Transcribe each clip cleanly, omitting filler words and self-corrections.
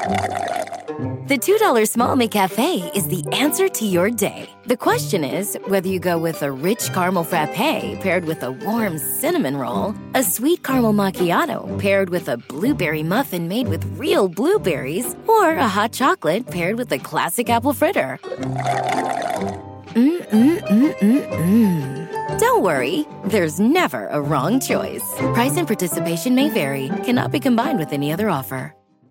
The $2 Small McCafe is the answer to your day. The question is whether you go with a rich caramel frappe paired with a warm cinnamon roll, a sweet caramel macchiato paired with a blueberry muffin made with real blueberries, or a hot chocolate paired with a classic apple fritter. Don't worry, there's never a wrong choice. Price and participation may vary. Cannot be combined with any other offer.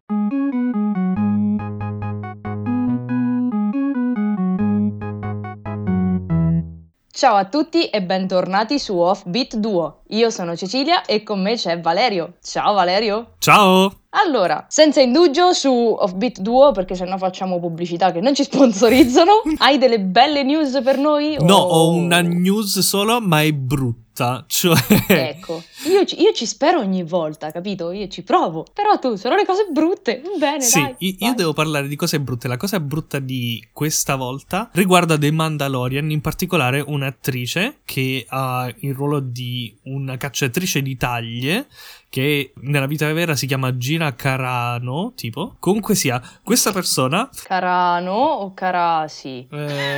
Ciao a tutti e bentornati su Offbeat Duo. Io sono Cecilia e con me c'è Valerio. Ciao Valerio! Ciao! Allora, senza indugio su Offbeat Duo, perché sennò facciamo pubblicità che non ci sponsorizzano. Hai delle belle news per noi? No, ho una news solo, ma è brutta. Cioè... Ecco, io ci spero ogni volta, capito? Io ci provo. Però tu, sono le cose brutte. Bene, sì, dai. io devo parlare di cose brutte. La cosa brutta di questa volta riguarda The Mandalorian, in particolare un'attrice che ha il ruolo di una cacciatrice di taglie, che nella vita vera si chiama Gina Carano, tipo. Comunque sia, questa persona... Carano o Carasi?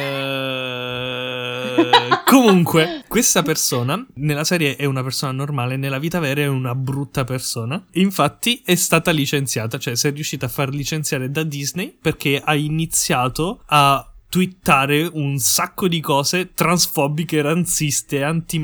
Comunque, questa persona nella serie è una persona normale, nella vita vera è una brutta persona. Infatti è stata licenziata, cioè si è riuscita a far licenziare da Disney perché ha iniziato a twittare un sacco di cose transfobiche, razziste,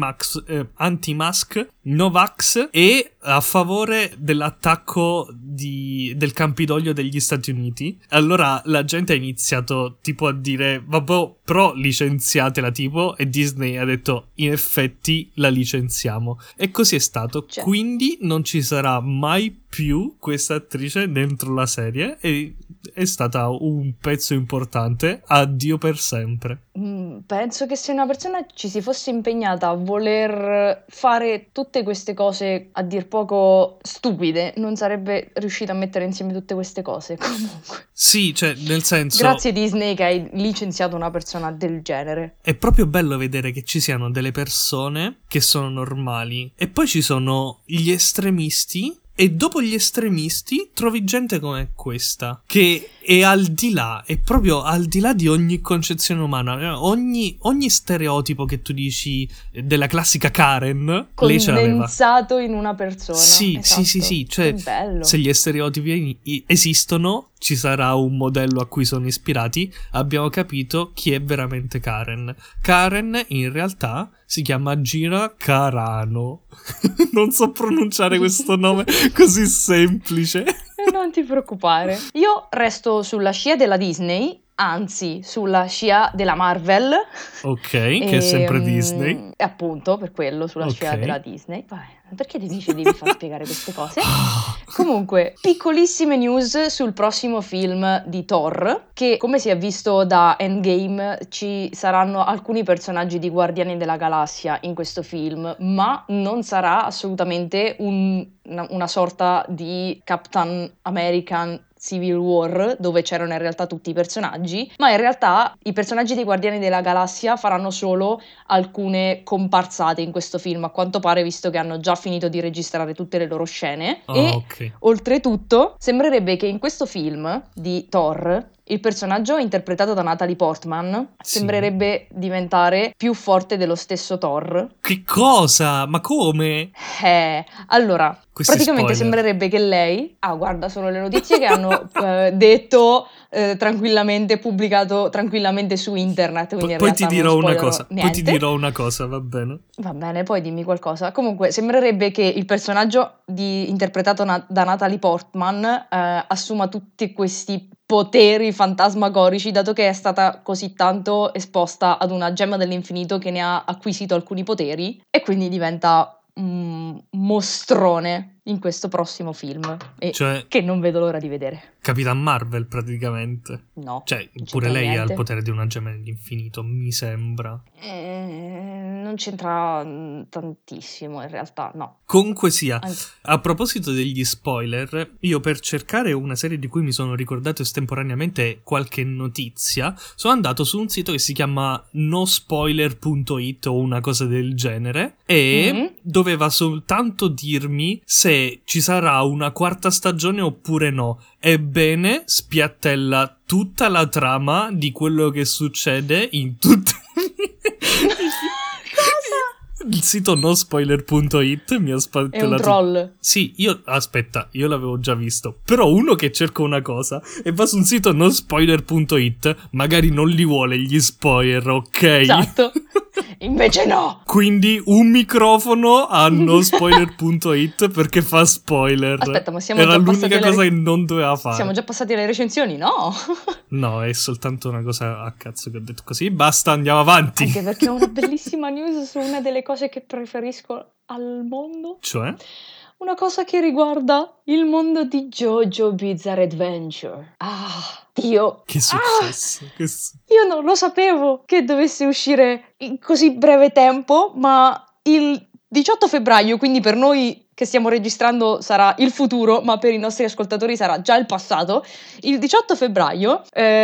anti-mask, Novax e a favore dell'attacco del Campidoglio degli Stati Uniti. Allora la gente ha iniziato tipo a dire vabbè, però licenziatela tipo, e Disney ha detto in effetti la licenziamo, e così è stato. Quindi non ci sarà mai più questa attrice dentro la serie e è stata un pezzo importante. Addio per sempre. Penso che se una persona ci si fosse impegnata a voler fare tutte queste cose a dir poco stupide, non sarebbe riuscita a mettere insieme tutte queste cose. Comunque sì, cioè nel senso, grazie Disney che hai licenziato una persona del genere. È proprio bello vedere che ci siano delle persone che sono normali e poi ci sono gli estremisti. E dopo gli estremisti trovi gente come questa, che è al di là, è proprio al di là di ogni concezione umana. Ogni stereotipo che tu dici della classica Karen, lei ce l'aveva. Condensato in una persona. Sì, esatto. sì. Cioè, se gli stereotipi esistono, ci sarà un modello a cui sono ispirati. Abbiamo capito chi è veramente Karen. Karen, in realtà, si chiama Gina Carano. Non so pronunciare questo nome così semplice. Non ti preoccupare. Io resto sulla scia della Disney, anzi sulla scia della Marvel. Ok, che è sempre Disney. Appunto, per quello, sulla scia della Disney. Vai, perché devi far spiegare queste cose? Comunque, piccolissime news sul prossimo film di Thor, che come si è visto da Endgame ci saranno alcuni personaggi di Guardiani della Galassia in questo film, ma non sarà assolutamente una sorta di Captain American Civil War, dove c'erano in realtà tutti i personaggi, ma in realtà i personaggi dei Guardiani della Galassia faranno solo alcune comparsate in questo film, a quanto pare, visto che hanno già finito di registrare tutte le loro scene. Oltretutto sembrerebbe che in questo film di Thor il personaggio interpretato da Natalie Portman sembrerebbe diventare più forte dello stesso Thor. Che cosa? Ma come? Allora, praticamente sembrerebbe che lei... guarda, sono le notizie che hanno detto tranquillamente, pubblicato tranquillamente su internet. Quindi poi ti dirò una cosa. Poi ti dirò una cosa, va bene? Va bene, poi dimmi qualcosa. Comunque, sembrerebbe che il personaggio interpretato da Natalie Portman assuma tutti questi poteri fantasmagorici, dato che è stata così tanto esposta ad una gemma dell'infinito che ne ha acquisito alcuni poteri, e quindi diventa un mostrone in questo prossimo film, che non vedo l'ora di vedere. Capitan Marvel praticamente. No. Cioè, pure lei ha il potere di una gemma dell'infinito, mi sembra. Non non c'entra tantissimo in realtà, no. Comunque sia, a proposito degli spoiler, io per cercare una serie di cui mi sono ricordato estemporaneamente qualche notizia, sono andato su un sito che si chiama nospoiler.it o una cosa del genere e doveva soltanto dirmi se ci sarà una quarta stagione oppure no. Ebbene, spiattella tutta la trama di quello che succede in tutte... Il sito nospoiler.it mi ha spaventato. È un troll. Sì, io l'avevo già visto. Però uno che cerca una cosa e va su un sito nospoiler.it magari non li vuole gli spoiler, ok? Esatto. Invece no. Quindi un microfono a nospoiler.it perché fa spoiler. Aspetta, ma siamo Era già l'unica cosa che non doveva fare. Siamo già passati alle recensioni, no? No, è soltanto una cosa a cazzo che ho detto così. Basta, andiamo avanti. Anche perché ho una bellissima news su una delle cose che preferisco al mondo. Cioè? Una cosa che riguarda il mondo di JoJo Bizarre Adventure. Ah, Dio. Che è successo? Io non lo sapevo che dovesse uscire in così breve tempo, ma il 18 febbraio, quindi per noi che stiamo registrando sarà il futuro, ma per i nostri ascoltatori sarà già il passato. Il 18 febbraio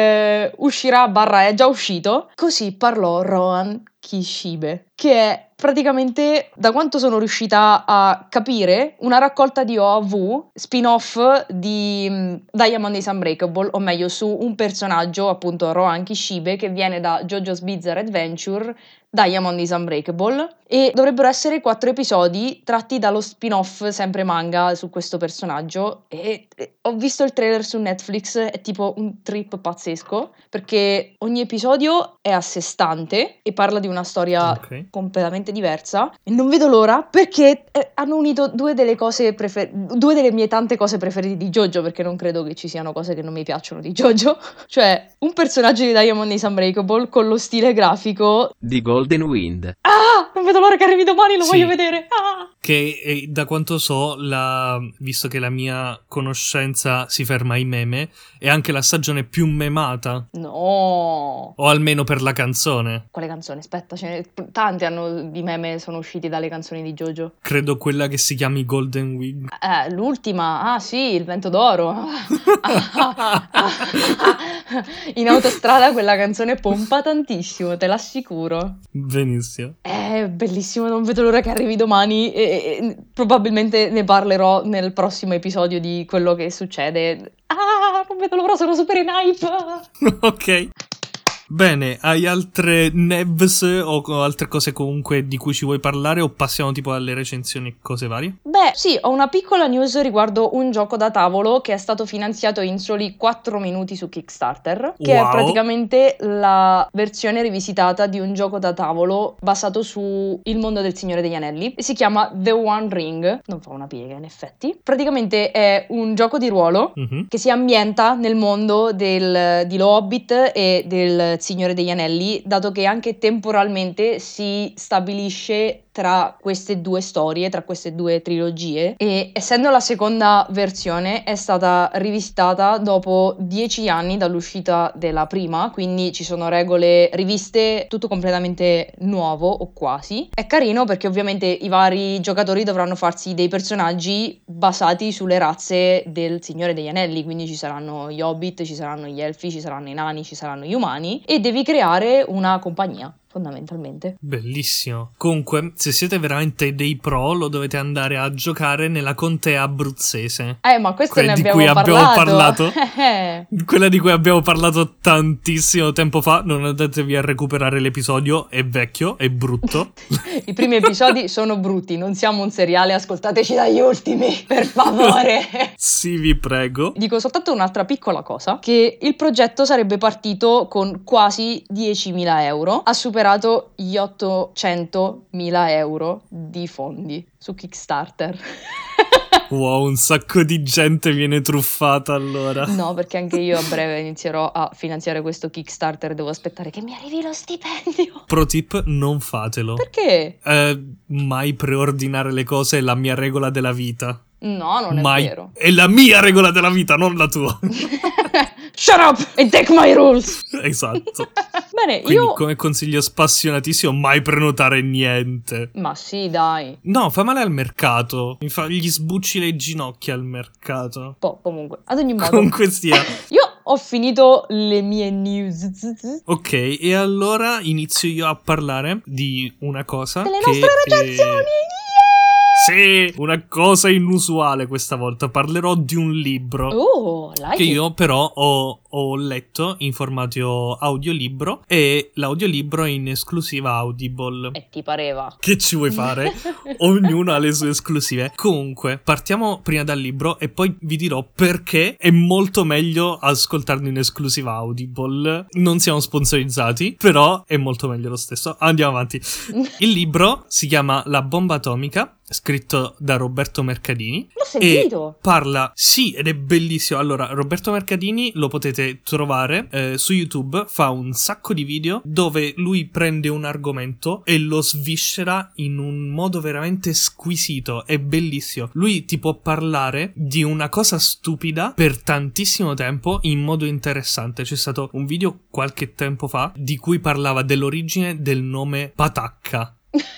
uscirà / è già uscito. Così parlò Rohan Kishibe, che è praticamente, da quanto sono riuscita a capire, una raccolta di OAV spin-off di Diamond is Unbreakable, o meglio su un personaggio, appunto Rohan Kishibe, che viene da JoJo's Bizarre Adventure Diamond is Unbreakable, e dovrebbero essere 4 episodi tratti dallo spin-off sempre manga su questo personaggio, e ho visto il trailer su Netflix, è tipo un trip pazzesco, perché ogni episodio è a sé stante e parla di una storia completamente diversa, e non vedo l'ora perché hanno unito due delle mie tante cose preferite di JoJo, perché non credo che ci siano cose che non mi piacciono di JoJo, cioè un personaggio di Diamond is Unbreakable con lo stile grafico di Golden Wind. Ah, non vedo l'ora che arrivi domani, lo voglio vedere. Ah. Che da quanto so, visto che la mia conoscenza si ferma ai meme, è anche la stagione più memata. No. O almeno per la canzone. Quale canzone? Aspetta, tanti di meme sono usciti dalle canzoni di JoJo. Credo quella che si chiami Golden Wing. L'ultima, sì, il vento d'oro. In autostrada quella canzone pompa tantissimo, te l'assicuro. Benissimo. È bellissimo, non vedo l'ora che arrivi domani e probabilmente ne parlerò nel prossimo episodio di quello che succede. Non vedo l'ora, sono super in hype. Ok. Bene, hai altre nevs o altre cose comunque di cui ci vuoi parlare, o passiamo tipo alle recensioni e cose varie? Beh, sì, ho una piccola news riguardo un gioco da tavolo che è stato finanziato in soli 4 minuti su Kickstarter, che è praticamente la versione rivisitata di un gioco da tavolo basato su Il mondo del Signore degli Anelli, e si chiama The One Ring. Non fa una piega, in effetti. Praticamente è un gioco di ruolo che si ambienta nel mondo di Lo Hobbit e del Signore degli Anelli, dato che anche temporalmente si stabilisce tra queste due storie, tra queste due trilogie, e essendo la seconda versione è stata rivisitata dopo 10 anni dall'uscita della prima, quindi ci sono regole riviste, tutto completamente nuovo o quasi. È carino perché ovviamente i vari giocatori dovranno farsi dei personaggi basati sulle razze del Signore degli Anelli, quindi ci saranno gli Hobbit, ci saranno gli Elfi, ci saranno i nani, ci saranno gli umani, e devi creare una compagnia, fondamentalmente. Bellissimo. Comunque, se siete veramente dei pro, lo dovete andare a giocare nella contea abruzzese. Ma questo ne abbiamo parlato. Quella di cui abbiamo parlato tantissimo tempo fa. Non andatevi a recuperare l'episodio, è vecchio, è brutto. I primi episodi sono brutti, non siamo un seriale, ascoltateci dagli ultimi, per favore. Sì, vi prego. Dico soltanto un'altra piccola cosa, che il progetto sarebbe partito con quasi 10.000 euro, ha superato gli 800.000 euro di fondi su Kickstarter. Wow, un sacco di gente viene truffata allora. No, perché anche io a breve inizierò a finanziare questo Kickstarter, devo aspettare che mi arrivi lo stipendio. Pro tip, non fatelo. Perché? Mai preordinare le cose è la mia regola della vita. No, non è Mai. vero. È la mia regola della vita, non la tua. Shut up and take my rules! Esatto. Bene, Quindi io... come consiglio spassionatissimo, mai prenotare niente. Ma sì, dai. No, fa male al mercato. Gli sbucci le ginocchia al mercato. Comunque, ad ogni modo... Comunque sia. Io ho finito le mie news. Ok, e allora inizio io a parlare di una cosa Delle che nostre recensioni! Sì, una cosa inusuale questa volta. Parlerò di un libro Like che it. io però ho letto in formato audiolibro e l'audiolibro è in esclusiva Audible. E ti pareva? Che ci vuoi fare? Ognuno ha le sue esclusive. Comunque, partiamo prima dal libro e poi vi dirò perché è molto meglio ascoltarlo in esclusiva Audible. Non siamo sponsorizzati, però è molto meglio lo stesso. Andiamo avanti. Il libro si chiama La bomba atomica, scritto da Roberto Mercadini. L'ho sentito! E parla, sì, ed è bellissimo. Allora, Roberto Mercadini lo potete trovare su YouTube, fa un sacco di video dove lui prende un argomento e lo sviscera in un modo veramente squisito, è bellissimo. Lui ti può parlare di una cosa stupida per tantissimo tempo in modo interessante. C'è stato un video qualche tempo fa di cui parlava dell'origine del nome Patacca.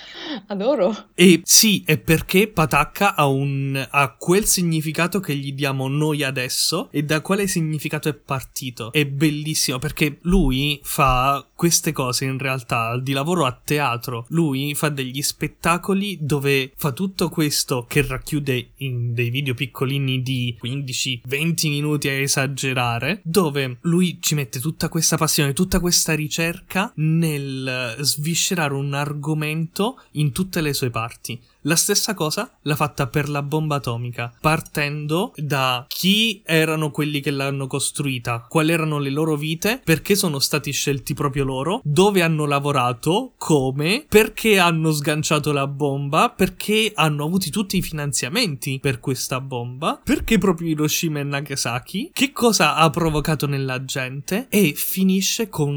Adoro. E sì, è perché Patacca ha quel significato che gli diamo noi adesso e da quale significato è partito. È bellissimo perché lui fa queste cose in realtà di lavoro a teatro. Lui fa degli spettacoli dove fa tutto questo che racchiude in dei video piccolini di 15-20 minuti a esagerare, dove lui ci mette tutta questa passione, tutta questa ricerca nel sviscerare un argomento in tutte le sue parti. La stessa cosa l'ha fatta per la bomba atomica, partendo da chi erano quelli che l'hanno costruita, quali erano le loro vite, perché sono stati scelti proprio loro, dove hanno lavorato, come, perché hanno sganciato la bomba, perché hanno avuto tutti i finanziamenti per questa bomba, perché proprio Hiroshima e Nagasaki, che cosa ha provocato nella gente, e finisce con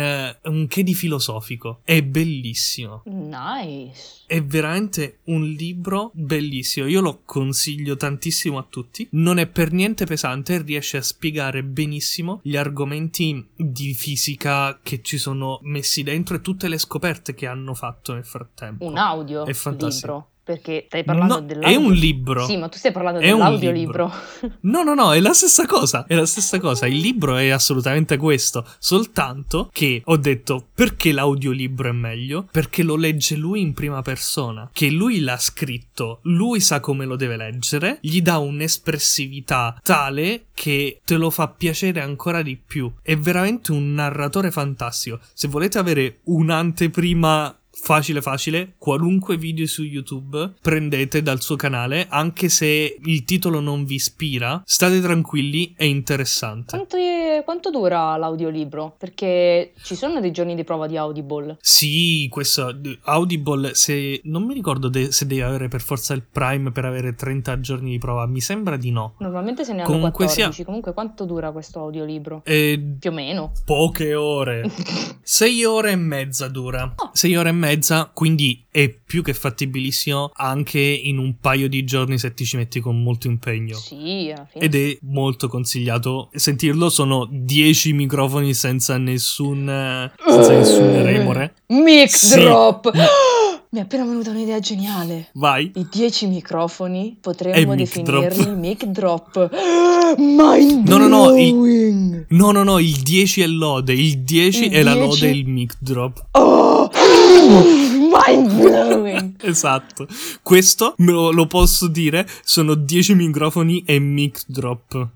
un che di filosofico. È bellissimo. Nice. È veramente un libro bellissimo, io lo consiglio tantissimo a tutti. Non è per niente pesante, riesce a spiegare benissimo gli argomenti di fisica che ci sono messi dentro e tutte le scoperte che hanno fatto nel frattempo. Un audio è fantastico. libro. Perché stai parlando dell'audio. È un libro. Sì, ma tu stai parlando dell'audiolibro. No, è la stessa cosa. È la stessa cosa. Il libro è assolutamente questo. Soltanto che ho detto perché l'audiolibro è meglio? Perché lo legge lui in prima persona. Che lui l'ha scritto, lui sa come lo deve leggere, gli dà un'espressività tale che te lo fa piacere ancora di più. È veramente un narratore fantastico. Se volete avere un'anteprima facile, qualunque video su YouTube prendete dal suo canale, anche se il titolo non vi ispira, state tranquilli, è interessante. Quanto dura l'audiolibro? Perché ci sono dei giorni di prova di Audible. Sì, questo Audible, se non mi ricordo se devi avere per forza il Prime per avere 30 giorni di prova, mi sembra di no. Normalmente se ne hanno Comunque 14, comunque quanto dura questo audiolibro? Più o meno. Poche ore. 6 ore e mezza dura. 6 ore e mezza, quindi è più che fattibilissimo anche in un paio di giorni se ti ci metti con molto impegno. Sì, alla fine. Ed è molto consigliato sentirlo. Sono 10 microfoni senza nessun remore. Mic drop! Mi è appena venuta un'idea geniale. Vai. I 10 microfoni potremmo definirli mic drop. Mind blowing! No, il 10 è lode. Il 10 è la lode e il mic drop. Oh! Mind blowing! Esatto. Questo lo posso dire. Sono 10 microfoni e mic drop.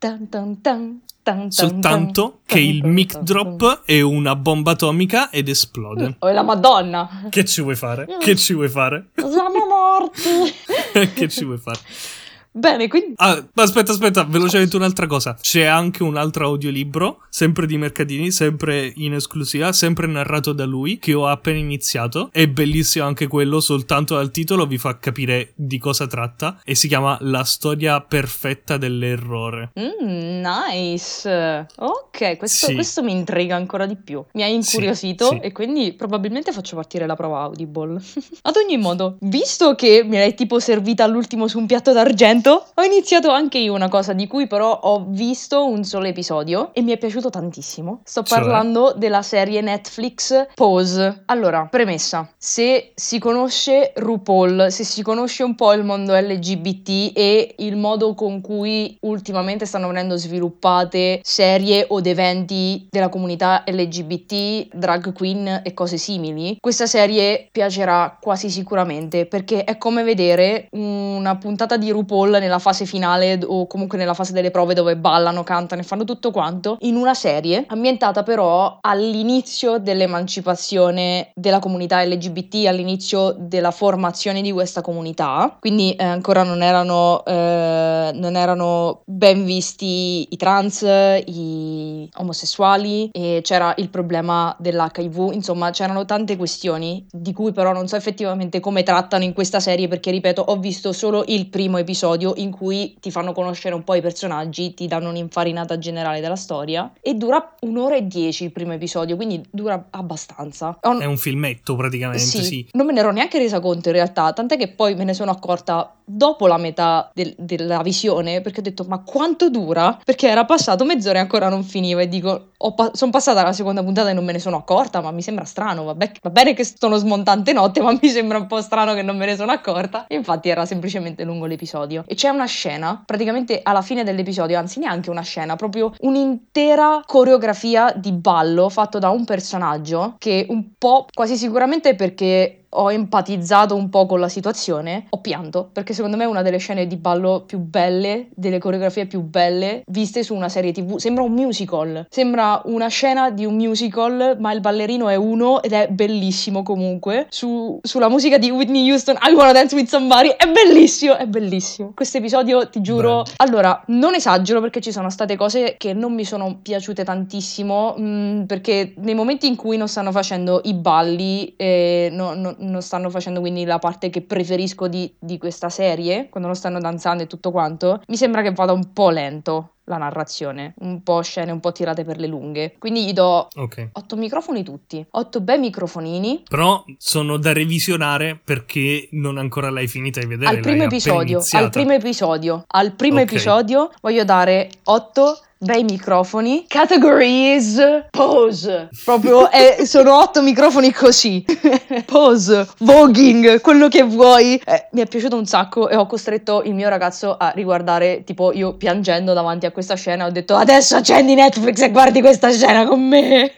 Soltanto che il mic drop è una bomba atomica ed esplode. Oh, è la Madonna! Che ci vuoi fare? Che ci vuoi fare? Siamo morti! Che ci vuoi fare? Bene, quindi... Aspetta, velocemente un'altra cosa. C'è anche un altro audiolibro, sempre di Mercadini, sempre in esclusiva, sempre narrato da lui, che ho appena iniziato. È bellissimo anche quello, soltanto dal titolo vi fa capire di cosa tratta, e si chiama La storia perfetta dell'errore. Nice! Ok, questo mi intriga ancora di più. Mi ha incuriosito e quindi probabilmente faccio partire la prova Audible. Ad ogni modo, visto che mi l'hai tipo servita all'ultimo su un piatto d'argento, lento. Ho iniziato anche io una cosa di cui però ho visto un solo episodio e mi è piaciuto tantissimo. Sto parlando della serie Netflix Pose. Allora, premessa: se si conosce RuPaul, se si conosce un po' il mondo LGBT e il modo con cui ultimamente stanno venendo sviluppate serie od eventi della comunità LGBT, drag queen e cose simili, questa serie piacerà quasi sicuramente, perché è come vedere una puntata di RuPaul nella fase finale o comunque nella fase delle prove dove ballano, cantano e fanno tutto quanto, in una serie ambientata però all'inizio dell'emancipazione della comunità LGBT, all'inizio della formazione di questa comunità, quindi ancora non erano ben visti i trans, i omosessuali, e c'era il problema dell'HIV, insomma c'erano tante questioni di cui però non so effettivamente come trattano in questa serie, perché ripeto, ho visto solo il primo episodio in cui ti fanno conoscere un po' i personaggi, ti danno un'infarinata generale della storia e dura 1 ora e 10 il primo episodio, quindi dura abbastanza. È un filmetto praticamente, sì. Non me ne ero neanche resa conto in realtà, tant'è che poi me ne sono accorta dopo la metà della visione, perché ho detto ma quanto dura? Perché era passato mezz'ora e ancora non finiva e dico sono passata alla seconda puntata e non me ne sono accorta, ma mi sembra strano, va bene che sono smontante notte, ma mi sembra un po' strano che non me ne sono accorta. E infatti era semplicemente lungo l'episodio e c'è una scena praticamente alla fine dell'episodio, anzi neanche una scena, proprio un'intera coreografia di ballo fatto da un personaggio che un po', quasi sicuramente perché ho empatizzato un po' con la situazione, ho pianto, perché secondo me è una delle scene di ballo più belle, delle coreografie più belle viste su una serie TV. Sembra un musical, sembra una scena di un musical, ma il ballerino è uno ed è bellissimo comunque. Sulla musica di Whitney Houston, I Wanna Dance With Somebody, è bellissimo, è bellissimo. Questo episodio, ti giuro, allora, non esagero perché ci sono state cose che non mi sono piaciute tantissimo, perché nei momenti in cui non stanno facendo i balli, non stanno facendo quindi la parte che preferisco di questa serie, quando non stanno danzando e tutto quanto, mi sembra che vada un po' lento la narrazione, un po' scene un po' tirate per le lunghe, quindi gli do 8 microfoni tutti, 8 bei microfonini. Però sono da revisionare perché non ancora l'hai finita di vedere. Al primo episodio voglio dare 8 bei microfoni. Categories pose. Proprio sono 8 microfoni così. Pose, voguing, quello che vuoi. Mi è piaciuto un sacco e ho costretto il mio ragazzo a riguardare, tipo io piangendo davanti a questa scena, ho detto adesso accendi Netflix e guardi questa scena con me.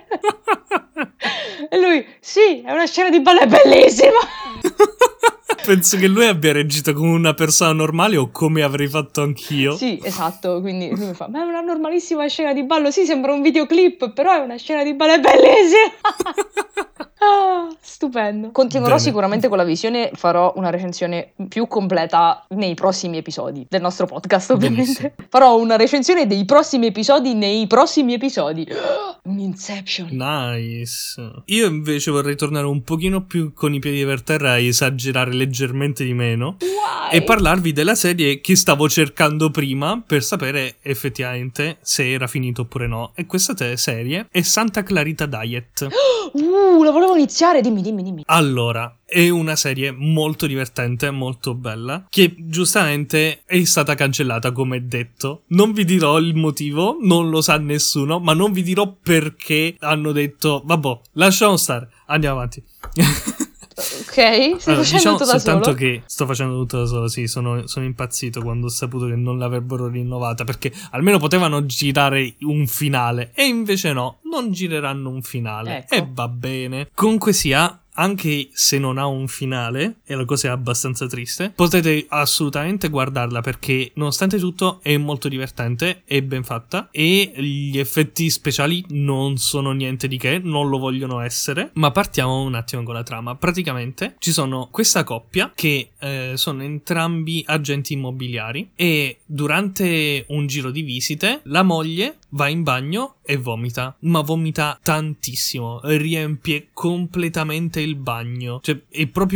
E lui, sì, è una scena di ballo, è bellissima. Penso che lui abbia reagito come una persona normale o come avrei fatto anch'io. Sì, esatto, quindi lui mi fa, ma è una normalissima scena di ballo, sì, sembra un videoclip, però è una scena di ballo, è bellissima. Stupendo. Continuerò sicuramente con la visione, farò una recensione più completa nei prossimi episodi del nostro podcast, ovviamente. Benissimo. Farò una recensione dei prossimi episodi nei prossimi episodi. Un Inception. Nice. Io invece vorrei tornare un pochino più con i piedi per terra e esagerare leggermente di meno. E parlarvi della serie che stavo cercando prima per sapere effettivamente se era finito oppure no. E questa serie è Santa Clarita Diet. La volevo iniziare, dimmi. Allora, è una serie molto divertente, molto bella, che giustamente è stata cancellata, come detto. Non vi dirò il motivo, non lo sa nessuno, ma non vi dirò perché hanno detto, vabbè, lasciamo stare, andiamo avanti. Ok, stai facendo tutto da soltanto solo? Che sto facendo tutto da solo, sì, sono impazzito quando ho saputo che non l'avrebbero rinnovata, perché almeno potevano girare un finale, e invece no, non gireranno un finale, ecco. E va bene. Comunque sia, anche se non ha un finale, e la cosa è abbastanza triste, potete assolutamente guardarla perché nonostante tutto è molto divertente, è ben fatta e gli effetti speciali non sono niente di che, non lo vogliono essere. Ma partiamo un attimo con la trama. Praticamente ci sono questa coppia che sono entrambi agenti immobiliari e durante un giro di visite la moglie va in bagno e vomita, ma vomita tantissimo, riempie completamente il bagno, cioè è proprio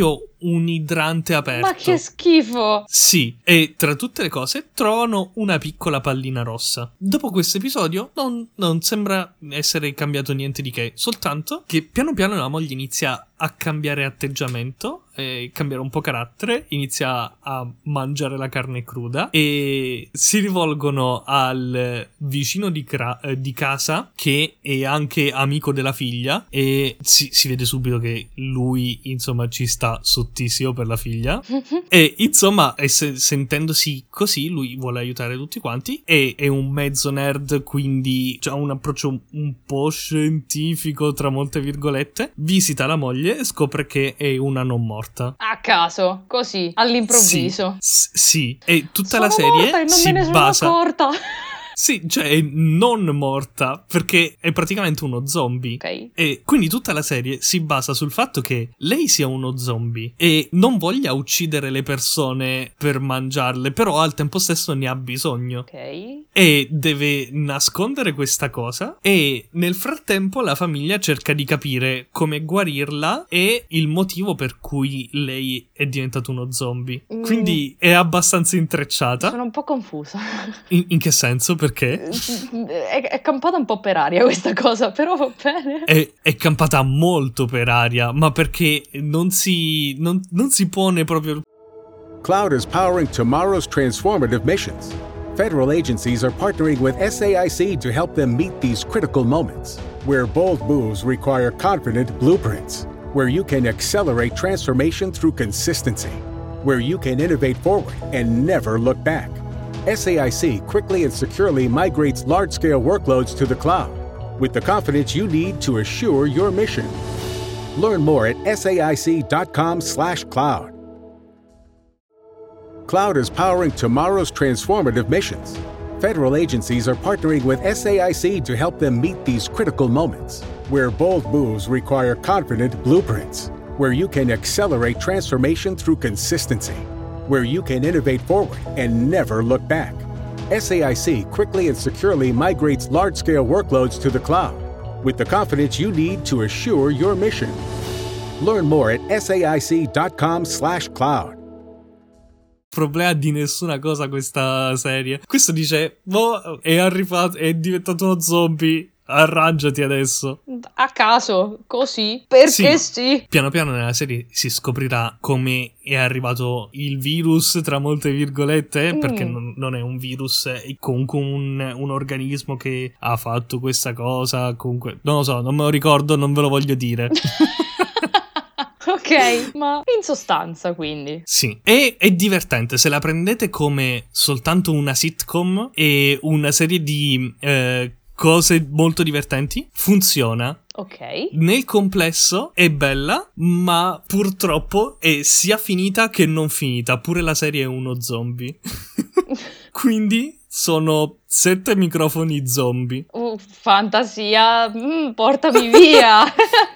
un idrante aperto. Ma che schifo! Sì, e tra tutte le cose trovano una piccola pallina rossa. Dopo questo episodio non sembra essere cambiato niente di che, soltanto che piano piano la moglie inizia a cambiare atteggiamento, cambiare un po' carattere, inizia a mangiare la carne cruda e si rivolgono al vicino di casa che è anche amico della figlia e si vede subito che lui insomma ci sta sottissimo per la figlia e insomma sentendosi così lui vuole aiutare tutti quanti e è un mezzo nerd, quindi ha un approccio un po' scientifico tra molte virgolette, visita la moglie e scopre che è una non morta. A caso, così, all'improvviso. Sì, e tutta sono la serie morta e non si me ne sono basa... accorta. Sì, cioè è non morta, perché è praticamente uno zombie. Ok. E quindi tutta la serie si basa sul fatto che lei sia uno zombie e non voglia uccidere le persone per mangiarle, però al tempo stesso ne ha bisogno. Ok. E deve nascondere questa cosa e nel frattempo la famiglia cerca di capire come guarirla e il motivo per cui lei è diventato uno zombie. Quindi è abbastanza intrecciata. Sono un po' confusa. In che senso? Perché? È campata un po' per aria questa cosa, però va bene. È campata molto per aria, ma perché non si pone proprio... Cloud is powering tomorrow's transformative missions. Federal agencies are partnering with SAIC to help them meet these critical moments, where bold moves require confident blueprints, where you can accelerate transformation through consistency, where you can innovate forward and never look back. SAIC quickly and securely migrates large-scale workloads to the cloud with the confidence you need to assure your mission. Learn more at saic.com/cloud. Cloud is powering tomorrow's transformative missions. Federal agencies are partnering with SAIC to help them meet these critical moments, where bold moves require confident blueprints, where you can accelerate transformation through consistency, where you can innovate forward and never look back. SAIC quickly and securely migrates large-scale workloads to the cloud with the confidence you need to assure your mission. Learn more at saic.com/cloud. Problema di nessuna cosa questa serie. Questo dice, è diventato uno zombie. Arrangiati adesso. A caso, così, perché sì. Piano piano nella serie si scoprirà come è arrivato il virus, tra molte virgolette, perché non è un virus, è comunque un organismo che ha fatto questa cosa, comunque, non lo so, non me lo ricordo, non ve lo voglio dire. Ok, ma in sostanza quindi. Sì, e è divertente, se la prendete come soltanto una sitcom e una serie di... cose molto divertenti, funziona. Ok. Nel complesso è bella, ma purtroppo è sia finita che non finita. Pure la serie è uno zombie. Quindi sono 7 microfoni zombie. Fantasia, portami via.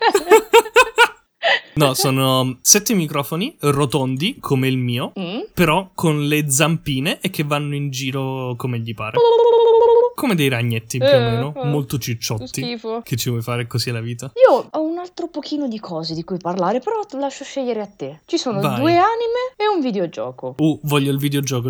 No, sono 7 microfoni rotondi come il mio, però con le zampine e che vanno in giro come gli pare. Come dei ragnetti più o meno, molto cicciotti. Schifo. Che ci vuoi fare così la vita? Io ho un altro pochino di cose di cui parlare, però te lascio scegliere a te. Ci sono 2 anime e un videogioco. Voglio il videogioco.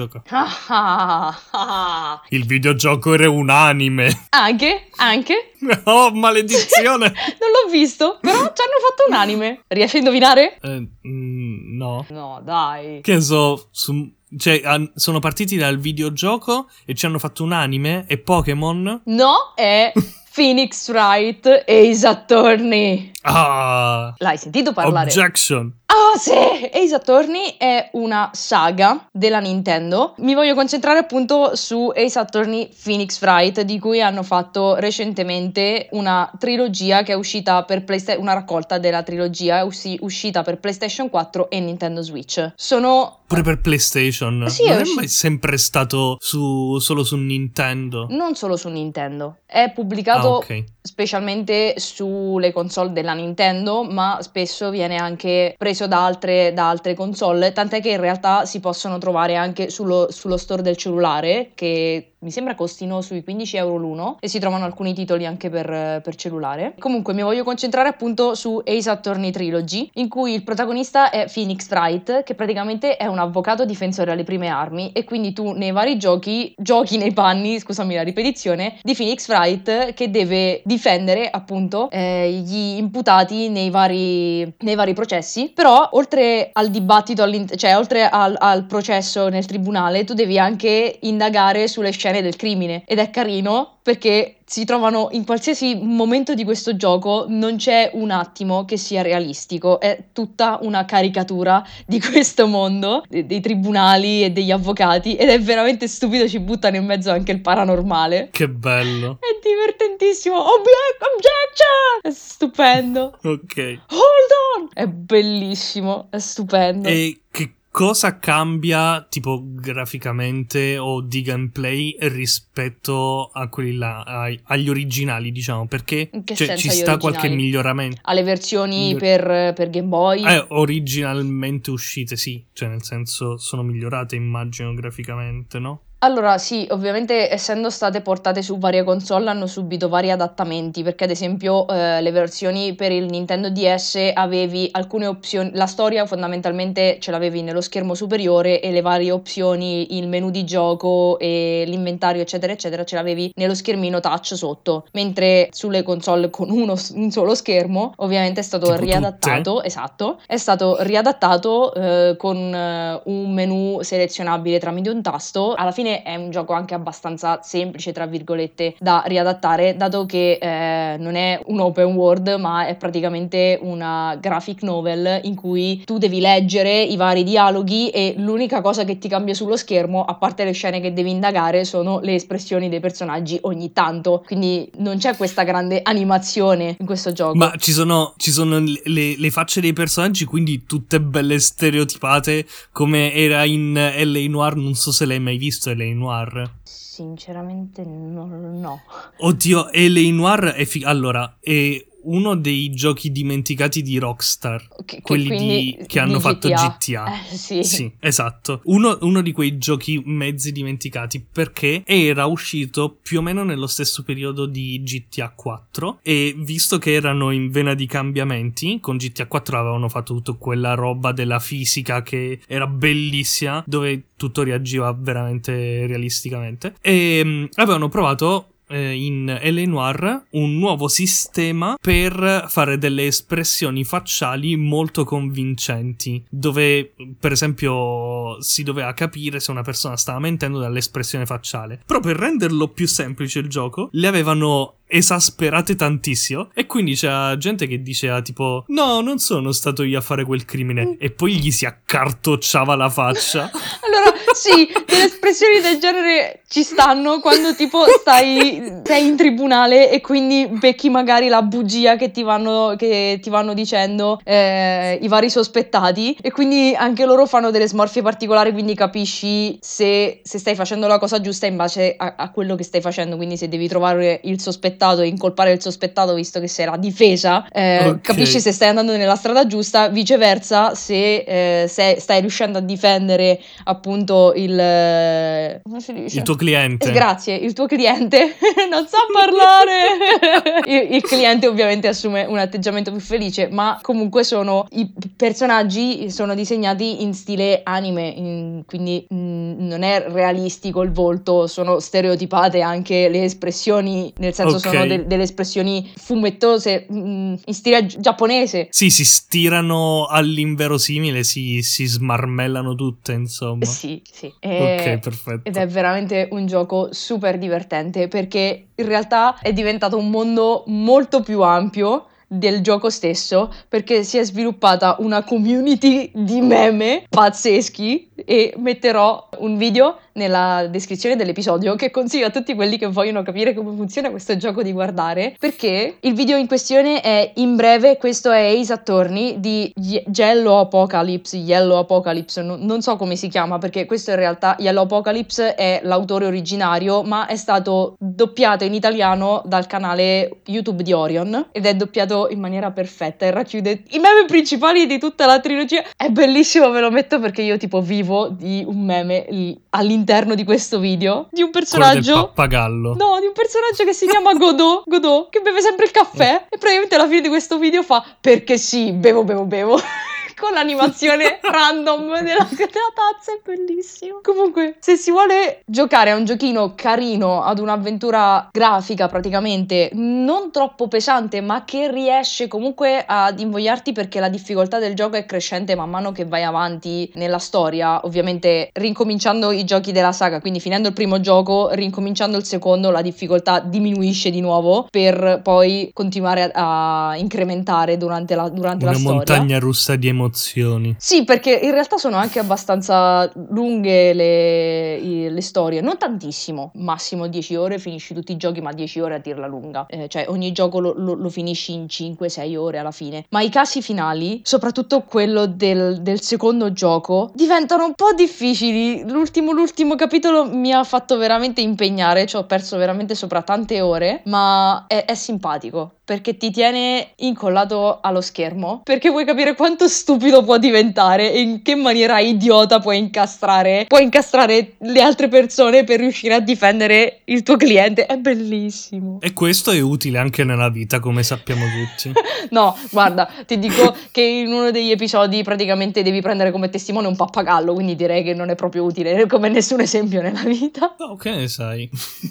Il videogioco era un anime. Anche? Oh, maledizione. Non l'ho visto, però ci hanno fatto un anime. Riesci a indovinare? No. No, dai. Che so, sono partiti dal videogioco e ci hanno fatto un anime e Pokémon? No, è Phoenix Wright Ace Attorney. Ah! L'hai sentito parlare? Objection! Ah, sì! Ace Attorney è una saga della Nintendo. Mi voglio concentrare appunto su Ace Attorney Phoenix Wright, di cui hanno fatto recentemente una trilogia che è uscita per PlayStation, una raccolta della trilogia uscita per PlayStation 4 e Nintendo Switch. Pure per PlayStation? Sì, non è mai sempre stato solo su Nintendo? Non solo su Nintendo. È pubblicato specialmente sulle console della Nintendo, ma spesso viene anche preso da altre console, tant'è che in realtà si possono trovare anche sullo store del cellulare, che mi sembra costino sui 15 euro l'uno, e si trovano alcuni titoli anche per cellulare. Comunque mi voglio concentrare appunto su Ace Attorney Trilogy, in cui il protagonista è Phoenix Wright, che praticamente è un avvocato difensore alle prime armi, e quindi tu nei vari giochi nei panni, scusami la ripetizione, di Phoenix Wright, che deve difendere appunto gli imputati nei vari processi. Però oltre al dibattito, cioè oltre al processo nel tribunale, tu devi anche indagare sulle scene del crimine, ed è carino perché si trovano in qualsiasi momento di questo gioco, non c'è un attimo che sia realistico, è tutta una caricatura di questo mondo, dei tribunali e degli avvocati, ed è veramente stupido, ci buttano in mezzo anche il paranormale. Che bello. È divertentissimo. Objection! È stupendo. Ok. Hold on! È bellissimo, è stupendo. E che cosa cambia tipo graficamente o di gameplay rispetto a quelli là, agli originali, diciamo? Perché In che senso ci agli sta originali? qualche miglioramento? Alle versioni per Game Boy? Originalmente uscite, sì, cioè nel senso sono migliorate, immagino, graficamente, no? Allora sì, ovviamente essendo state portate su varie console hanno subito vari adattamenti, perché ad esempio le versioni per il Nintendo DS avevi alcune opzioni, la storia fondamentalmente ce l'avevi nello schermo superiore, e le varie opzioni, il menu di gioco e l'inventario eccetera eccetera ce l'avevi nello schermino touch sotto, mentre sulle console con un solo schermo ovviamente è stato Tipo riadattato, tutte? esatto, è stato riadattato con un menu selezionabile tramite un tasto. Alla fine è un gioco anche abbastanza semplice, tra virgolette, da riadattare, dato che non è un open world, ma è praticamente una graphic novel in cui tu devi leggere i vari dialoghi, e l'unica cosa che ti cambia sullo schermo, a parte le scene che devi indagare, sono le espressioni dei personaggi ogni tanto. Quindi non c'è questa grande animazione in questo gioco. Ma ci sono le facce dei personaggi, quindi tutte belle stereotipate, come era in L.A. Noire. Non so se l'hai mai visto L.A. Noire. Sinceramente no. Oddio, L.A. Noire è allora, è uno dei giochi dimenticati di Rockstar, quelli che hanno fatto GTA. Sì. Sì, esatto. Uno di quei giochi mezzi dimenticati, perché era uscito più o meno nello stesso periodo di GTA 4, e visto che erano in vena di cambiamenti, con GTA 4 avevano fatto tutta quella roba della fisica che era bellissima, dove tutto reagiva veramente realisticamente, e avevano provato in L.A. Noire un nuovo sistema per fare delle espressioni facciali molto convincenti, dove per esempio si doveva capire se una persona stava mentendo dall'espressione facciale. Però per renderlo più semplice il gioco le avevano esasperate tantissimo, e quindi c'era gente che diceva tipo no, non sono stato io a fare quel crimine, e poi gli si accartocciava la faccia. Allora sì, delle espressioni del genere ci stanno quando tipo sei in tribunale e quindi becchi magari la bugia che ti vanno dicendo i vari sospettati, e quindi anche loro fanno delle smorfie particolari, quindi capisci se stai facendo la cosa giusta in base a quello che stai facendo. Quindi se devi trovare il sospettato e incolpare il sospettato, visto che sei la difesa, Ok. capisci se stai andando nella strada giusta. Viceversa, se stai riuscendo a difendere appunto come si dice? Il tuo cliente. Grazie, il tuo cliente non so parlare. Il cliente ovviamente assume un atteggiamento più felice, ma comunque i personaggi sono disegnati in stile anime, quindi non è realistico il volto, sono stereotipate anche le espressioni, nel senso sono delle espressioni fumettose in stile giapponese. Sì, si stirano all'inverosimile, si smarmellano tutte, insomma. Sì. Ok, perfetto. Ed è veramente un gioco super divertente, perché in realtà è diventato un mondo molto più ampio del gioco stesso, perché si è sviluppata una community di meme pazzeschi e metterò un video nella descrizione dell'episodio che consiglio a tutti quelli che vogliono capire come funziona questo gioco di guardare, perché il video in questione è, in breve, questo è Ace Attorney di Yellow Apocalypse, non so come si chiama, perché questo in realtà Yellow Apocalypse è l'autore originario, ma è stato doppiato in italiano dal canale YouTube di Orion ed è doppiato in maniera perfetta e racchiude i meme principali di tutta la trilogia. È bellissimo, ve lo metto perché io tipo vivo di un meme all'interno di questo video di un personaggio, quello del pappagallo. No, di un personaggio che si chiama Godot, che beve sempre il caffè e praticamente alla fine di questo video fa perché sì, bevo con l'animazione random della tazza, è bellissimo. Comunque, se si vuole giocare a un giochino carino, ad un'avventura grafica praticamente non troppo pesante, ma che riesce comunque ad invogliarti perché la difficoltà del gioco è crescente man mano che vai avanti nella storia, ovviamente rincominciando i giochi della saga, quindi finendo il primo gioco, rincominciando il secondo, la difficoltà diminuisce di nuovo per poi continuare a incrementare durante la storia. Una montagna russa di emozioni. Sì, perché in realtà sono anche abbastanza lunghe le storie, non tantissimo, massimo 10 ore, finisci tutti i giochi, ma 10 ore a dirla lunga, cioè ogni gioco lo finisci in 5-6 ore alla fine, ma i casi finali, soprattutto quello del secondo gioco, diventano un po' difficili. L'ultimo capitolo mi ha fatto veramente impegnare, ci ho perso veramente sopra tante ore, ma è simpatico perché ti tiene incollato allo schermo, perché vuoi capire quanto stupido può diventare e in che maniera idiota puoi incastrare le altre persone per riuscire a difendere il tuo cliente. È bellissimo. E questo è utile anche nella vita, come sappiamo tutti. No, guarda, ti dico che in uno degli episodi praticamente devi prendere come testimone un pappagallo, quindi direi che non è proprio utile come nessun esempio nella vita. No, che ne sai?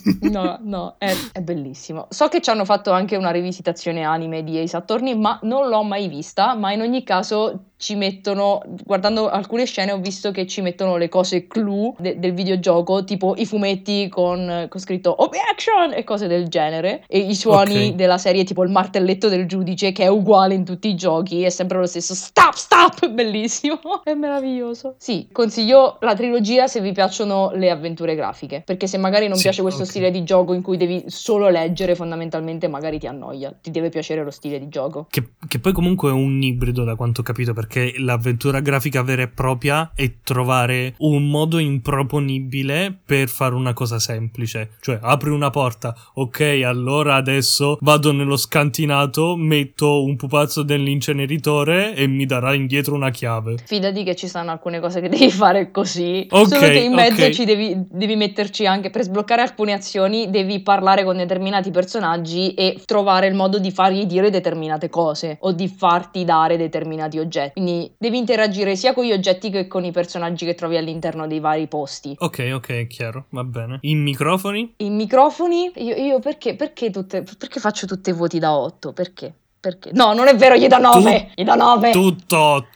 No, è bellissimo. So che ci hanno fatto anche una rivisitazione anime di Ace Attorney, ma non l'ho mai vista, ma in ogni caso ci mettono, guardando alcune scene ho visto che ci mettono le cose clou del videogioco, tipo i fumetti con scritto objection e cose del genere, e i suoni della serie, tipo il martelletto del giudice che è uguale in tutti i giochi, è sempre lo stesso stop, bellissimo, è meraviglioso. Sì, consiglio la trilogia se vi piacciono le avventure grafiche, perché se magari non piace questo stile di gioco in cui devi solo leggere fondamentalmente, magari ti annoia, ti deve piacere lo stile di gioco. Che poi comunque è un ibrido da quanto ho capito, perché l'avventura grafica vera e propria è trovare un modo improponibile per fare una cosa semplice, cioè apri una porta, ok, allora adesso vado nello scantinato, metto un pupazzo dell'inceneritore e mi darà indietro una chiave. Fidati che ci stanno alcune cose che devi fare così, solo che in mezzo ci devi metterci anche, per sbloccare alcune azioni devi parlare con determinati personaggi e trovare il modo di fargli dire determinate cose o di farti dare determinati oggetti, quindi devi interagire sia con gli oggetti che con i personaggi che trovi all'interno dei vari posti. Ok, chiaro, va bene. I microfoni? I microfoni? Io perché faccio tutti i voti da 8? Perché? No, non è vero, gli do 9. Gli do 9. Tutto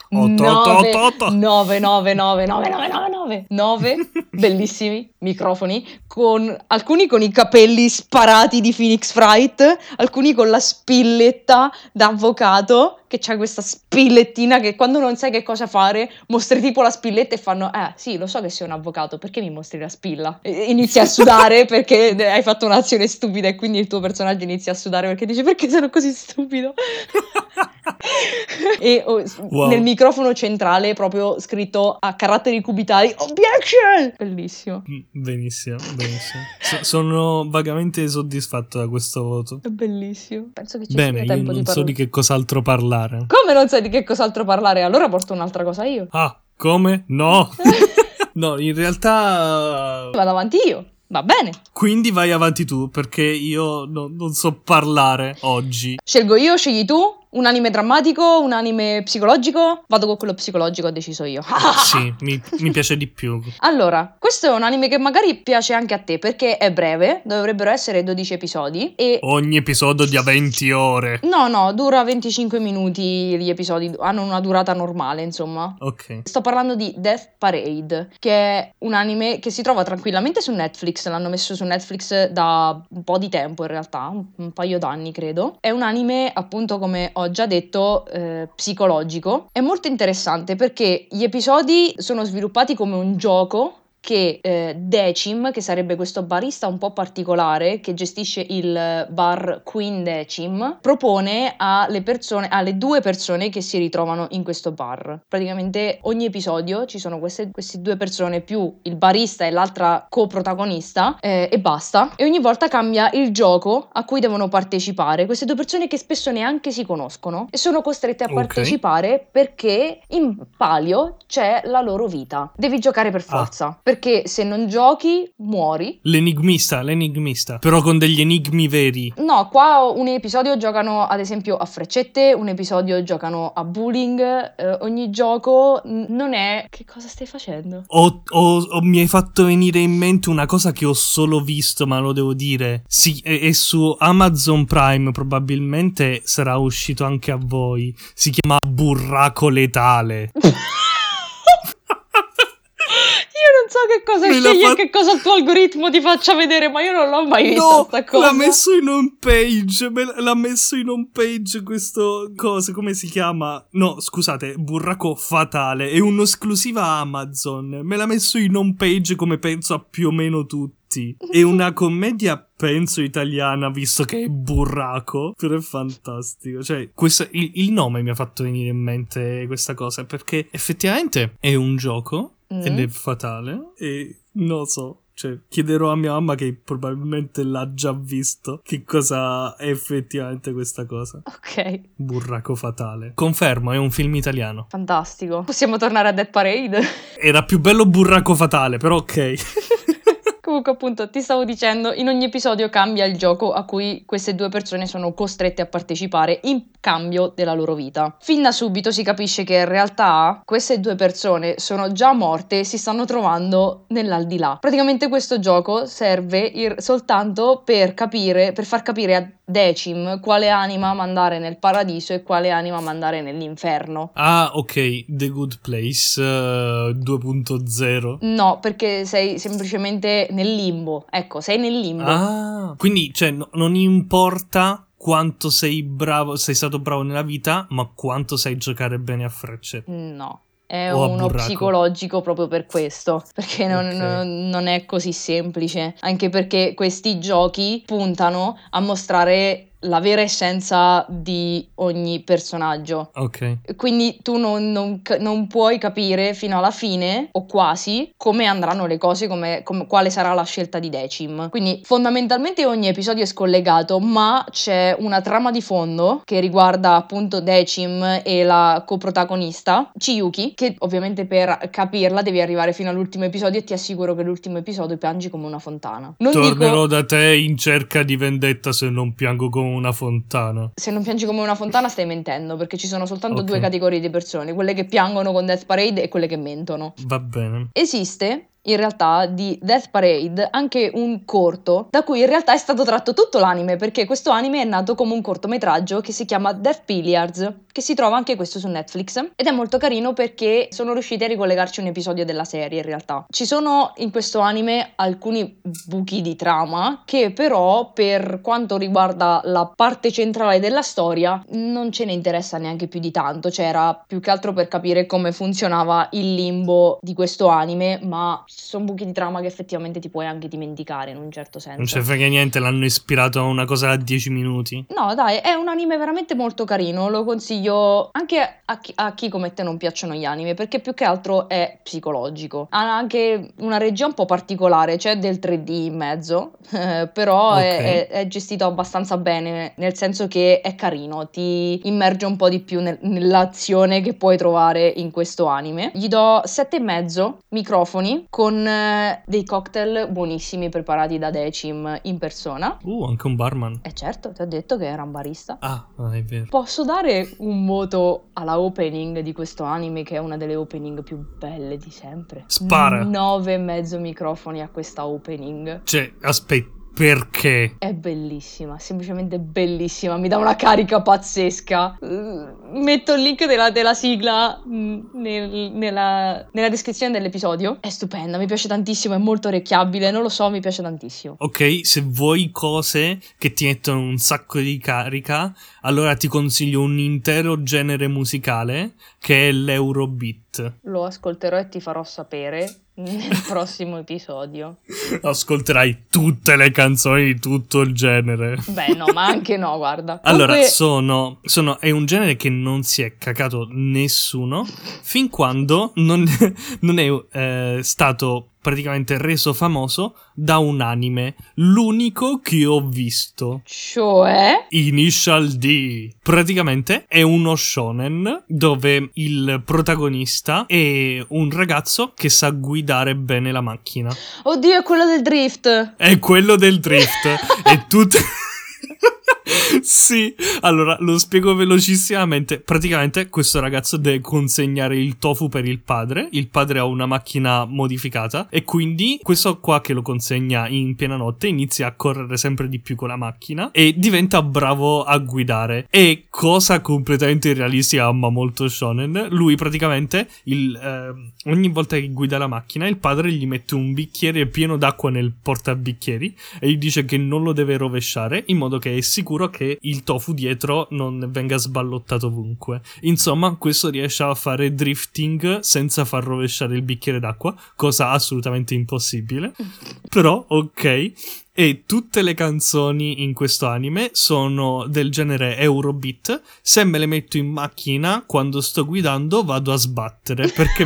9 bellissimi microfoni, con alcuni con i capelli sparati di Phoenix Wright, alcuni con la spilletta da avvocato, che c'ha questa spillettina che quando non sai che cosa fare mostri tipo la spilletta e fanno sì, lo so che sei un avvocato, perché mi mostri la spilla? E inizi a sudare perché hai fatto un'azione stupida e quindi il tuo personaggio inizia a sudare perché dice perché sono così stupido. E nel microfono centrale proprio scritto a caratteri cubitali objection, bellissimo. Benissimo. Sono vagamente soddisfatto da questo voto. È bellissimo. Penso che ci sia tempo di parlare. Bene, io non so di che cos'altro parlare. Come non sai di che cos'altro parlare? Allora porto un'altra cosa io. Come? No. No, in realtà vado avanti io. Va bene. Quindi vai avanti tu, perché io non so parlare oggi. Scelgo io, scegli tu? Un anime drammatico, un anime psicologico? Vado con quello psicologico, ho deciso io. Sì, mi piace di più. Allora, questo è un anime che magari piace anche a te perché è breve, dovrebbero essere 12 episodi e... Ogni episodio di 20 ore. No, dura 25 minuti gli episodi, hanno una durata normale, insomma. Ok. Sto parlando di Death Parade, che è un anime che si trova tranquillamente su Netflix, l'hanno messo su Netflix da un po' di tempo in realtà, un paio d'anni credo. È un anime appunto come ho già detto, psicologico. È molto interessante perché gli episodi sono sviluppati come un gioco che Decim, che sarebbe questo barista un po' particolare che gestisce il bar Queen Decim, propone alle due persone che si ritrovano in questo bar. Praticamente ogni episodio ci sono queste due persone più il barista e l'altra coprotagonista, e basta. E ogni volta cambia il gioco a cui devono partecipare queste due persone che spesso neanche si conoscono e sono costrette a partecipare perché in palio c'è la loro vita. Devi giocare per forza. Perché se non giochi, muori. L'enigmista, però con degli enigmi veri. No, qua un episodio giocano ad esempio a freccette, un episodio giocano a bowling, ogni gioco non è... Che cosa stai facendo? Mi hai fatto venire in mente una cosa che ho solo visto, ma lo devo dire. Sì, è su Amazon Prime, probabilmente sarà uscito anche a voi. Si chiama Burraco Letale. Io non so che cosa scegli e che cosa il tuo algoritmo ti faccia vedere, ma io non l'ho mai vista sta cosa. L'ha messo in home page, l'ha messo in home page questo cosa, come si chiama? No, scusate, Burraco Fatale, è un'esclusiva Amazon, me l'ha messo in home page come penso a più o meno tutti. È una commedia, penso, italiana, visto che è burraco, però è fantastico. Cioè, il nome mi ha fatto venire in mente questa cosa, perché effettivamente è un gioco ed è fatale e non so. Cioè, chiederò a mia mamma, che probabilmente l'ha già visto, che cosa è effettivamente questa cosa. Ok. Burraco Fatale. Confermo, è un film italiano. Fantastico. Possiamo tornare a Death Parade? Era più bello Burraco Fatale, però ok. Comunque, appunto, ti stavo dicendo, in ogni episodio cambia il gioco a cui queste due persone sono costrette a partecipare in cambio della loro vita. Fin da subito si capisce che in realtà queste due persone sono già morte e si stanno trovando nell'aldilà. Praticamente questo gioco serve soltanto per far capire a Decim quale anima mandare nel paradiso e quale anima mandare nell'inferno. Ah, ok, The Good Place 2.0. No, perché sei semplicemente nel limbo. Ecco, sei nel limbo. Ah, quindi, cioè, non importa quanto sei bravo, sei stato bravo nella vita, ma quanto sai giocare bene a frecce. No. È uno psicologico proprio per questo, perché non è così semplice, anche perché questi giochi puntano a mostrare la vera essenza di ogni personaggio. Ok. Quindi tu non puoi capire fino alla fine, o quasi, come andranno le cose, quale sarà la scelta di Decim. Quindi fondamentalmente ogni episodio è scollegato, ma c'è una trama di fondo che riguarda appunto Decim e la coprotagonista, Chiyuki, che ovviamente per capirla devi arrivare fino all'ultimo episodio e ti assicuro che l'ultimo episodio piangi come una fontana. Tornerò da te in cerca di vendetta se non piango come una fontana. Se non piangi come una fontana stai mentendo, perché ci sono soltanto due categorie di persone, quelle che piangono con Death Parade e quelle che mentono. Va bene. Esiste in realtà di Death Parade anche un corto da cui in realtà è stato tratto tutto l'anime, perché questo anime è nato come un cortometraggio che si chiama Death Billiards, che si trova anche questo su Netflix ed è molto carino perché sono riusciti a ricollegarci un episodio della serie. In realtà ci sono in questo anime alcuni buchi di trama che però, per quanto riguarda la parte centrale della storia, non ce ne interessa neanche più di tanto. C'era più che altro per capire come funzionava il limbo di questo anime, ma sono buchi di trama che effettivamente ti puoi anche dimenticare in un certo senso. Non ce frega niente, l'hanno ispirato a una cosa da 10 minuti. No, dai, è un anime veramente molto carino, lo consiglio anche a chi come te non piacciono gli anime, perché più che altro è psicologico. Ha anche una regia un po' particolare, c'è del 3D in mezzo, però è gestito abbastanza bene, nel senso che è carino, ti immerge un po' di più nell'azione che puoi trovare in questo anime. Gli do 7,5 microfoni con dei cocktail buonissimi preparati da Decim in persona. Anche un barman. Certo, ti ho detto che era un barista. Ah, è vero. Posso dare un voto alla opening di questo anime, che è una delle opening più belle di sempre. Spara. 9,5 microfoni a questa opening. Cioè, aspetta. Perché? È bellissima, semplicemente bellissima, mi dà una carica pazzesca. Metto il link della sigla nella descrizione dell'episodio. È stupenda, mi piace tantissimo, è molto orecchiabile, non lo so, mi piace tantissimo. Ok, se vuoi cose che ti mettono un sacco di carica, allora ti consiglio un intero genere musicale che è l'Eurobeat. Lo ascolterò e ti farò sapere nel prossimo episodio. Ascolterai tutte le canzoni di tutto il genere. Beh, no, ma anche no, guarda. Allora, Comunque... è un genere che non si è cacato nessuno fin quando non è stato praticamente reso famoso da un anime, l'unico che ho visto. Cioè? Initial D. Praticamente è uno shonen dove il protagonista è un ragazzo che sa guidare bene la macchina. Oddio, è quello del drift. È quello del drift. E tutto... Sì, allora lo spiego velocissimamente. Praticamente questo ragazzo deve consegnare il tofu per il padre ha una macchina modificata e quindi questo qua che lo consegna in piena notte inizia a correre sempre di più con la macchina e diventa bravo a guidare. E cosa completamente irrealistica ma molto shonen, lui praticamente ogni volta che guida la macchina il padre gli mette un bicchiere pieno d'acqua nel portabicchieri e gli dice che non lo deve rovesciare in modo che è sicuro che il tofu dietro non venga sballottato ovunque. Insomma, questo riesce a fare drifting senza far rovesciare il bicchiere d'acqua, cosa assolutamente impossibile. Però, ok. E tutte le canzoni in questo anime sono del genere Eurobeat. Se me le metto in macchina, quando sto guidando vado a sbattere perché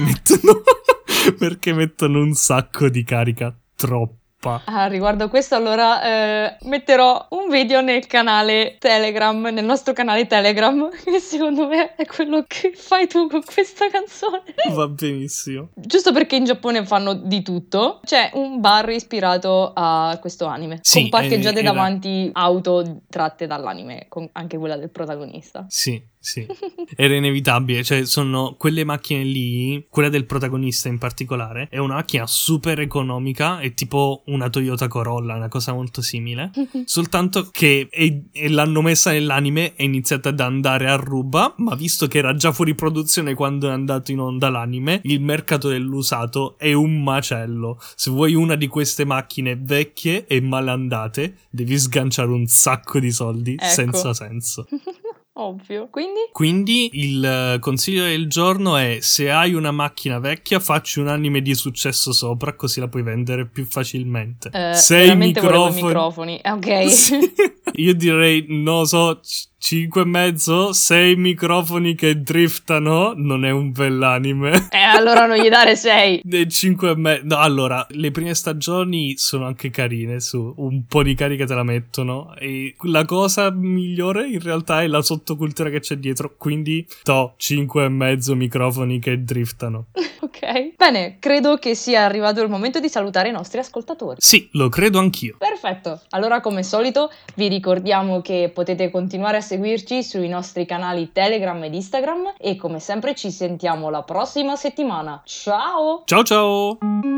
mettono un sacco di carica, troppo. Riguardo questo allora metterò un video nel canale Telegram, nel nostro canale Telegram, che secondo me è quello che fai tu con questa canzone. Va benissimo. Giusto perché in Giappone fanno di tutto. C'è un bar ispirato a questo anime, sì, con parcheggiate davanti auto tratte dall'anime, con anche quella del protagonista. Sì. Era inevitabile, cioè sono quelle macchine lì, quella del protagonista in particolare, è una macchina super economica, è tipo una Toyota Corolla, una cosa molto simile, soltanto che l'hanno messa nell'anime, è iniziata ad andare a ruba, ma visto che era già fuori produzione quando è andato in onda l'anime, il mercato dell'usato è un macello. Se vuoi una di queste macchine vecchie e malandate, devi sganciare un sacco di soldi, ecco. Senza senso. Ovvio. Quindi il consiglio del giorno è: se hai una macchina vecchia, facci un anime di successo sopra, così la puoi vendere più facilmente. Se i microfoni, ok. Sì. Io direi, non so, 5,5, 6 microfoni che driftano, non è un bell'anime. Allora non gli dare 6. 5,5. No, allora, le prime stagioni sono anche carine, su un po' di carica te la mettono. E la cosa migliore in realtà è la sottocultura che c'è dietro. Quindi 5,5 microfoni che driftano. Ok. Bene, credo che sia arrivato il momento di salutare i nostri ascoltatori. Sì, lo credo anch'io. Perfetto. Allora, come solito, vi ricordiamo che potete continuare a seguirci sui nostri canali Telegram ed Instagram e come sempre ci sentiamo la prossima settimana. Ciao! Ciao ciao!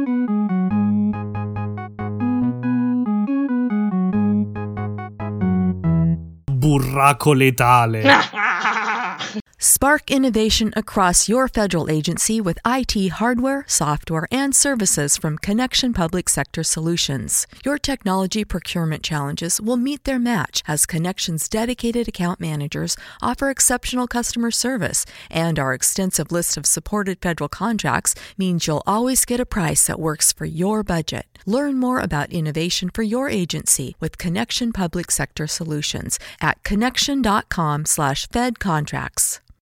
Burraco letale. Spark innovation across your federal agency with IT hardware, software, and services from Connection Public Sector Solutions. Your technology procurement challenges will meet their match as Connection's dedicated account managers offer exceptional customer service, and our extensive list of supported federal contracts means you'll always get a price that works for your budget. Learn more about innovation for your agency with Connection Public Sector Solutions at connection.com/fedcontracts.